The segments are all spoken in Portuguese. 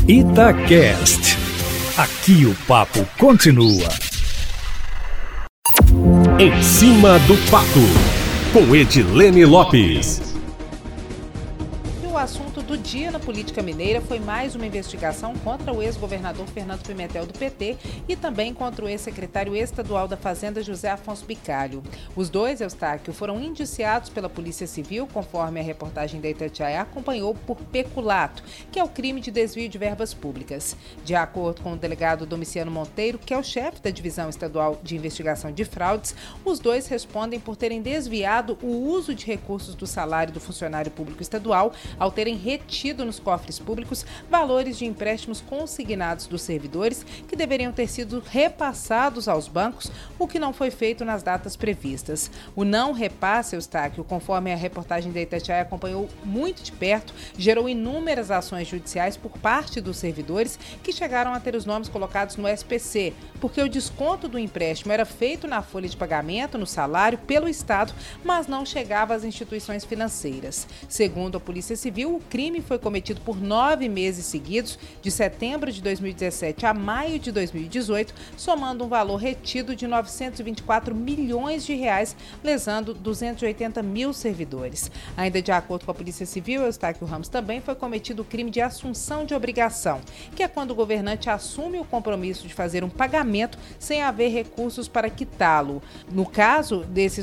Itacast. Aqui o papo continua. Em cima do papo, com Edilene Lopes. O assunto do dia na política mineira foi mais uma investigação contra o ex-governador Fernando Pimentel do PT e também contra o ex-secretário estadual da Fazenda José Afonso Bicalho. Os dois, Eustáquio, foram indiciados pela Polícia Civil, conforme a reportagem da Itatiaia acompanhou, por peculato, que é o crime de desvio de verbas públicas. De acordo com o delegado Domiciano Monteiro, que é o chefe da Divisão Estadual de Investigação de Fraudes, os dois respondem por terem desviado o uso de recursos do salário do funcionário público estadual ao terem retido nos cofres públicos valores de empréstimos consignados dos servidores que deveriam ter sido repassados aos bancos, o que não foi feito nas datas previstas. O não repasse, Eustáquio, conforme a reportagem da Itatiaia acompanhou muito de perto, gerou inúmeras ações judiciais por parte dos servidores que chegaram a ter os nomes colocados no SPC, porque o desconto do empréstimo era feito na folha de pagamento, no salário, pelo Estado, mas não chegava às instituições financeiras. Segundo a Polícia Civil, o crime foi cometido por 9 meses seguidos, de setembro de 2017 a maio de 2018, somando um valor retido de 924 milhões de reais, lesando 280 mil servidores. Ainda de acordo com a Polícia Civil, Eustáquio Ramos, também foi cometido o crime de assunção de obrigação, que é quando o governante assume o compromisso de fazer um pagamento sem haver recursos para quitá-lo. No caso desses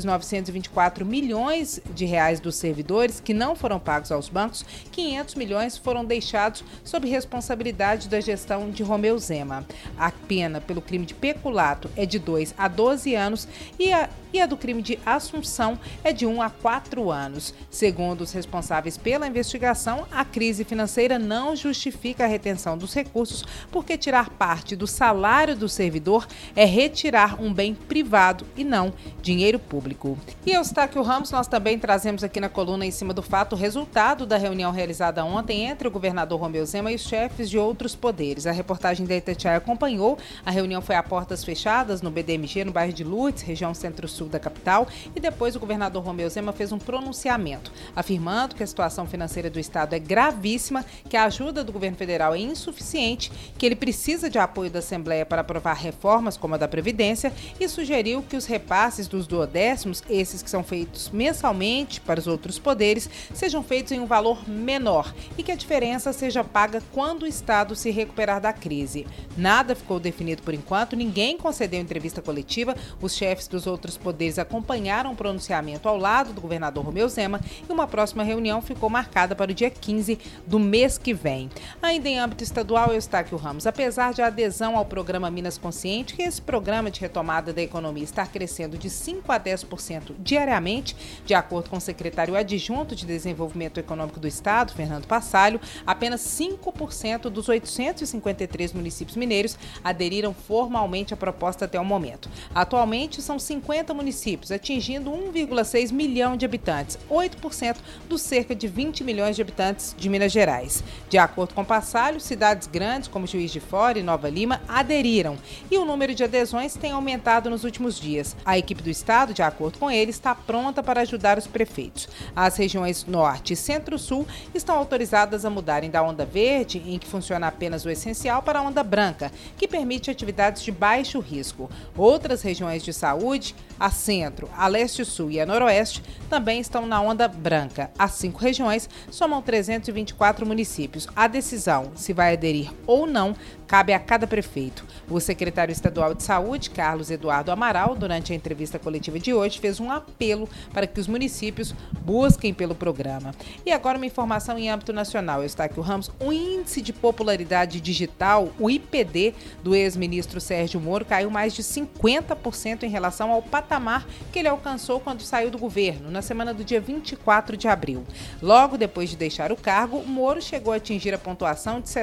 924 milhões de reais dos servidores que não foram pagos aos bancos, 500 milhões foram deixados sob responsabilidade da gestão de Romeu Zema. A pena pelo crime de peculato é de 2 a 12 anos e a do crime de assunção é de 1 a 4 anos. Segundo os responsáveis pela investigação, a crise financeira não justifica a retenção dos recursos, porque tirar parte do salário do servidor é retirar um bem privado e não dinheiro público. E Eustáquio Ramos, nós também trazemos aqui na coluna Em Cima do Fato o resultado da reunião realizada ontem entre o governador Romeu Zema e os chefes de outros poderes. A reportagem da Itatiaia acompanhou. A reunião foi a portas fechadas no BDMG, no bairro de Lourdes, região centro-sul da capital, e depois o governador Romeu Zema fez um pronunciamento, afirmando que a situação financeira do Estado é gravíssima, que a ajuda do governo federal é insuficiente, que ele precisa de apoio da Assembleia para aprovar reformas como a da Previdência, e sugeriu que os repasses dos duodécimos, esses que são feitos mensalmente para os outros poderes, sejam feitos em um valor menor e que a diferença seja paga quando o Estado se recuperar da crise. Nada ficou definido por enquanto, ninguém concedeu entrevista coletiva, os chefes dos outros poderes acompanharam o pronunciamento ao lado do governador Romeu Zema e uma próxima reunião ficou marcada para o dia 15 do mês que vem. Ainda em âmbito estadual, Eustáquio Ramos, apesar de a adesão ao programa Minas Consciente, que esse programa de retomada da economia está crescendo de 5 a 10% diariamente, de acordo com o secretário adjunto de Desenvolvimento Econômico do Estado, Fernando Passalho, apenas 5% dos 853 municípios mineiros aderiram formalmente à proposta até o momento. Atualmente, são 50 municípios, atingindo 1,6 milhão de habitantes, 8% dos cerca de 20 milhões de habitantes de Minas Gerais. De acordo com Passalho, cidades grandes como Juiz de Fora e Nova Lima aderiram e o número de adesões tem aumentado nos últimos dias. A equipe do Estado, de acordo com ele, está pronta para ajudar os prefeitos. As regiões Norte e Centro-Sul estão autorizadas a mudarem da onda verde, em que funciona apenas o essencial, para a onda branca, que permite atividades de baixo risco. Outras regiões de saúde, a Centro, a Leste-Sul e a Noroeste, também estão na onda branca. As 5 regiões somam 324 municípios. A decisão se vai aderir ou não cabe a cada prefeito. O secretário estadual de Saúde, Carlos Eduardo Amaral, durante a entrevista coletiva de hoje, fez um apelo para que os municípios busquem pelo programa. E agora uma informação em âmbito nacional, Eustáquio Ramos, o índice de popularidade digital, o IPD, do ex-ministro Sérgio Moro caiu mais de 50% em relação ao patamar que ele alcançou quando saiu do governo, na semana do dia 24 de abril. Logo depois de deixar o cargo, Moro chegou a atingir a pontuação de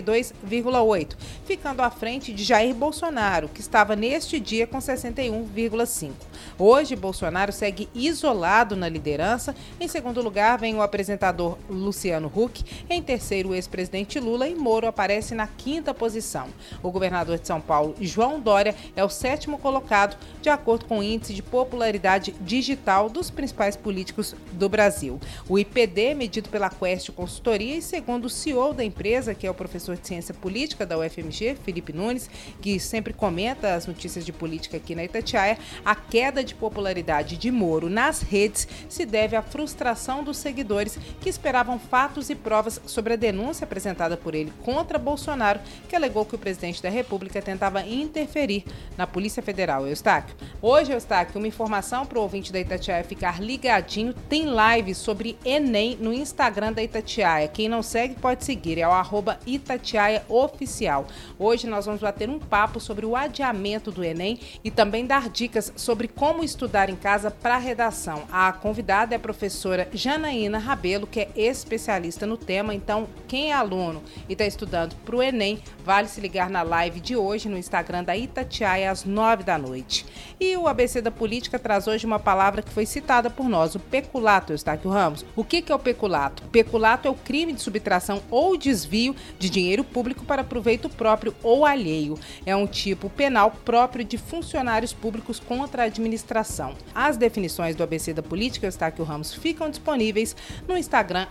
62,8, ficando à frente de Jair Bolsonaro, que estava neste dia com 61,5. Hoje, Bolsonaro segue isolado na liderança. Em segundo lugar, vem o apresentador Luciano Huck. Em terceiro, o ex-presidente Lula, e Moro aparece na quinta posição. O governador de São Paulo, João Dória, é o sétimo colocado, de acordo com o índice de popularidade digital dos principais políticos do Brasil. O IPD, medido pela Quest Consultoria, e segundo o CEO da empresa, que é o professor de ciência política da UFMG, Felipe Nunes, que sempre comenta as notícias de política aqui na Itatiaia, a queda de popularidade de Moro nas redes se deve à frustração dos seguidores que esperavam fatos e provas sobre a denúncia apresentada por ele contra Bolsonaro, que alegou que o presidente da República tentava interferir na Polícia Federal. Eustáquio. Hoje, Eustáquio, uma informação para o ouvinte da Itatiaia ficar ligadinho, tem live sobre Enem no Instagram da Itatiaia. Quem não segue pode seguir, é o @ItatiaiaOficial. Hoje nós vamos bater um papo sobre o adiamento do Enem e também dar dicas sobre como estudar em casa para a redação. A convidada é a professora Janaína Rabelo, que é especialista no tema. Então, quem é aluno e está estudando para o Enem, vale se ligar na live de hoje no Instagram da Itatiaia às 9 da noite. E o ABC da Política traz hoje uma palavra que foi citada por nós, o peculato, Eustáquio Ramos. O que é o peculato? Peculato é o crime de subtração ou desvio de dinheiro público para proveito próprio ou alheio. É um tipo penal próprio de funcionários públicos contra a administração. As definições do ABC da Política, Eustáquio Ramos, ficam disponíveis no Instagram,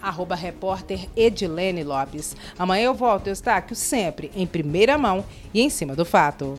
@repórteredilene Lopes. Amanhã eu volto, Eustáquio, sempre em primeira mão e em cima do fato.